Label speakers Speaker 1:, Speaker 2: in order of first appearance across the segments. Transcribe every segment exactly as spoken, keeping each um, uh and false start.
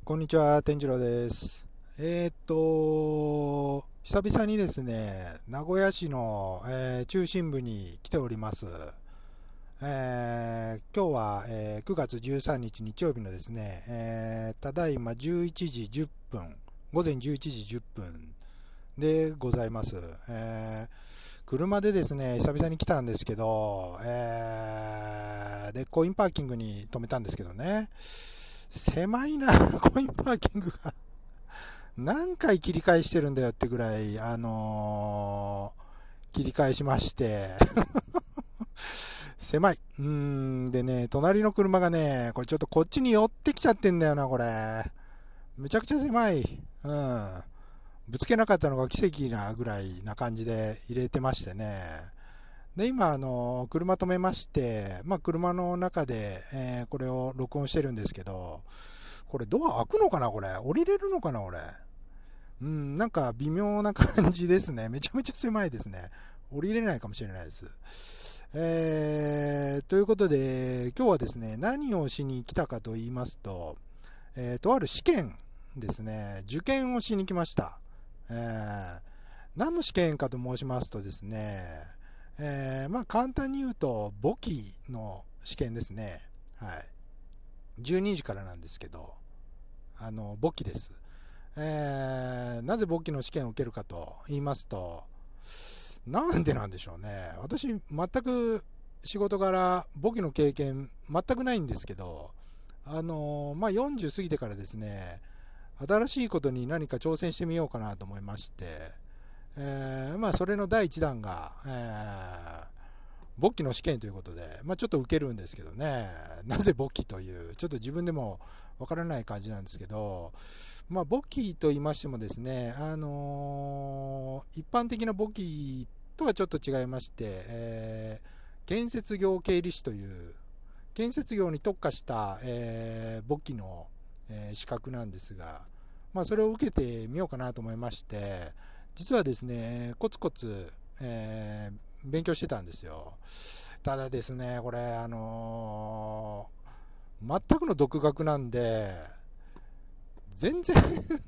Speaker 1: こんにちは、天次郎です。えーっと、久々にですね、名古屋市の、えー中心部に来ております。えー今日は、えーくがつじゅうさんにち日曜日のですね、えーただいまじゅういちじじゅっぷん、午前じゅういちじじゅっぷんでございます。えー車でですね、久々に来たんですけど、えーで、コインパーキングに止めたんですけどね、狭いな、コインパーキングが。何回切り返してるんだよってぐらい、あのー切り返しまして、狭い。うーん、でね、隣の車がね、これちょっとこっちに寄ってきちゃってんだよな、これ。めちゃくちゃ狭い。うん。ぶつけなかったのが奇跡なぐらいな感じで入れてましてね。で、今、あのー車止めまして、まあ、車の中で、えーこれを録音してるんですけど、これドア開くのかなこれ。降りれるのかな俺。うん、なんか微妙な感じですね。めちゃめちゃ狭いですね。降りれないかもしれないです。えー、ということで、今日はですね、何をしに来たかと言いますと、えー、とある試験ですね、受験をしに来ました。えー、何の試験かと申しますとですね、えー、まあ簡単に言うと、簿記の試験ですね。はい。じゅうにじからなんですけど、あの、簿記です。えーなぜ簿記の試験を受けるかと言いますと、なんでなんでしょうね。私、全く仕事柄、簿記の経験、全くないんですけど、あのーまあ、よんじゅう過ぎてからですね、新しいことに何か挑戦してみようかなと思いまして、えーまあ、それの第一弾が、えー簿記の試験ということで、まあ、ちょっと受けるんですけどね、なぜ簿記という、ちょっと自分でもわからない感じなんですけど、まあ、簿記と言いましてもですね、あのー一般的な簿記とはちょっと違いまして、えー建設業経理士という、建設業に特化した、えー簿記の、えー資格なんですが、まあ、それを受けてみようかなと思いまして、実はですね、コツコツ、えー勉強してたんですよ。ただですね、これ、あのー全くの独学なんで、全然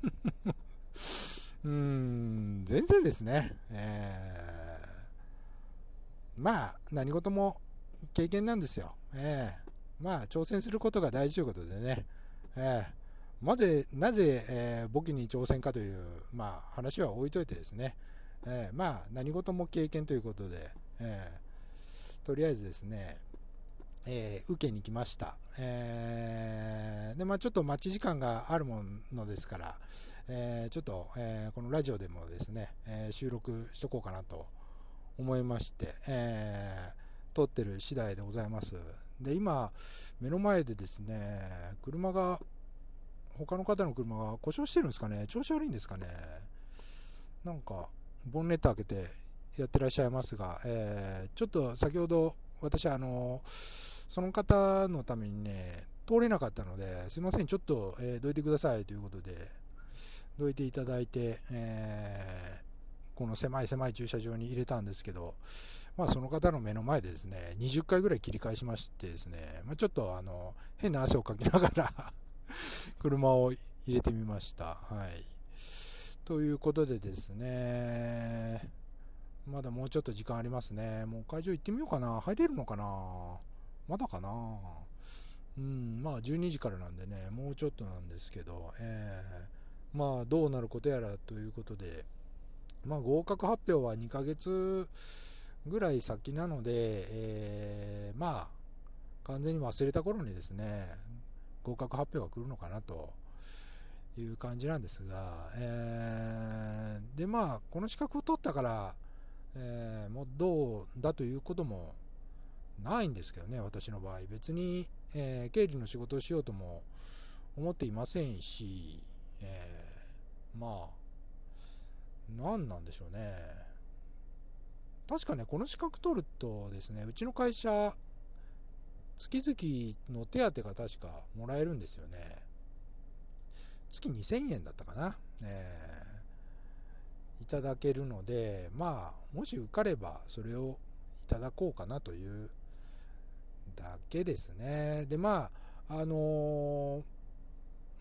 Speaker 1: うーん、全然ですね。えーまあ、何事も経験なんですよ。えーまあ、挑戦することが大事ということでね。えー、なぜ、なぜ、えー簿記に挑戦かという、まあ、話は置いといてですね。えーまあ、何事も経験ということで、えーとりあえずですね、えー受けに来ました。えーで、まあちょっと待ち時間があるものですから、えーちょっと、えーこのラジオでもですね、えー収録しとこうかなと思いまして、えー撮ってる次第でございます。で、今、目の前でですね、車が、他の方の車が故障してるんですかね、調子悪いんですかね、なんか、ボンネット開けてやってらっしゃいますが、えーちょっと先ほど、私、あの、その方のためにね、通れなかったので、すいません、ちょっと、えーどいてくださいということで、どいていただいて、えーこの狭い狭い駐車場に入れたんですけど、まあ、その方の目の前でですね、にじゅっかいぐらい切り返しましてですね、まあ、ちょっとあの変な汗をかきながら車を入れてみました。はい。ということでですね、まだもうちょっと時間ありますね。もう会場行ってみようかな。入れるのかな、まだかな。うん、まあじゅうにじからなんでね、もうちょっとなんですけど、えー、まあどうなることやらということで、まあ合格発表はにかげつぐらい先なので、えー、まあ完全に忘れた頃にですね、合格発表が来るのかなという感じなんですが、えー、でまあこの資格を取ったから、えー、もうどうだということもないんですけどね、私の場合別に、えー、経理の仕事をしようとも思っていませんし、えー、まあ何なんでしょうね。確かね、この資格取るとですね、うちの会社月々の手当が確かもらえるんですよね。月にせんえんだったかな、えーいただけるので、まあもし受かればそれをいただこうかなというだけですね。でまああのー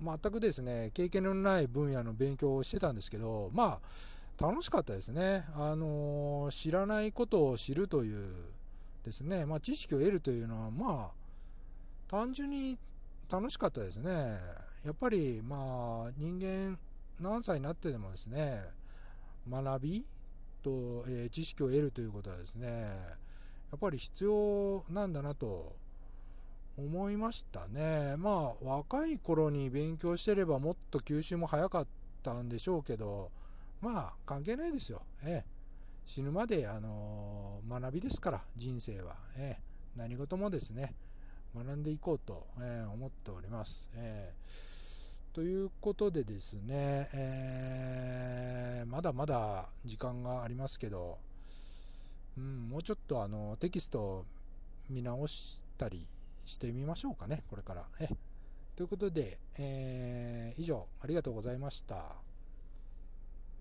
Speaker 1: 全くですね、経験のない分野の勉強をしてたんですけど、まあ、楽しかったですね。あのー知らないことを知るというですね、まあ、知識を得るというのは、まあ、単純に楽しかったですね。やっぱり、まあ、人間、何歳になってでもですね、学びと、えー知識を得るということはですね、やっぱり必要なんだなと思いましたね。まあ、若い頃に勉強してればもっと吸収も早かったんでしょうけど、まあ、関係ないですよ。ええ、死ぬまで、あのー学びですから、人生は。ええ、何事もですね、学んでいこうと、ええ、思っております。ええ、ということでですね、えーまだまだ時間がありますけど、うん、もうちょっとあのテキストを見直したりしてみましょうかね、これから。えということで、えー以上ありがとうございました。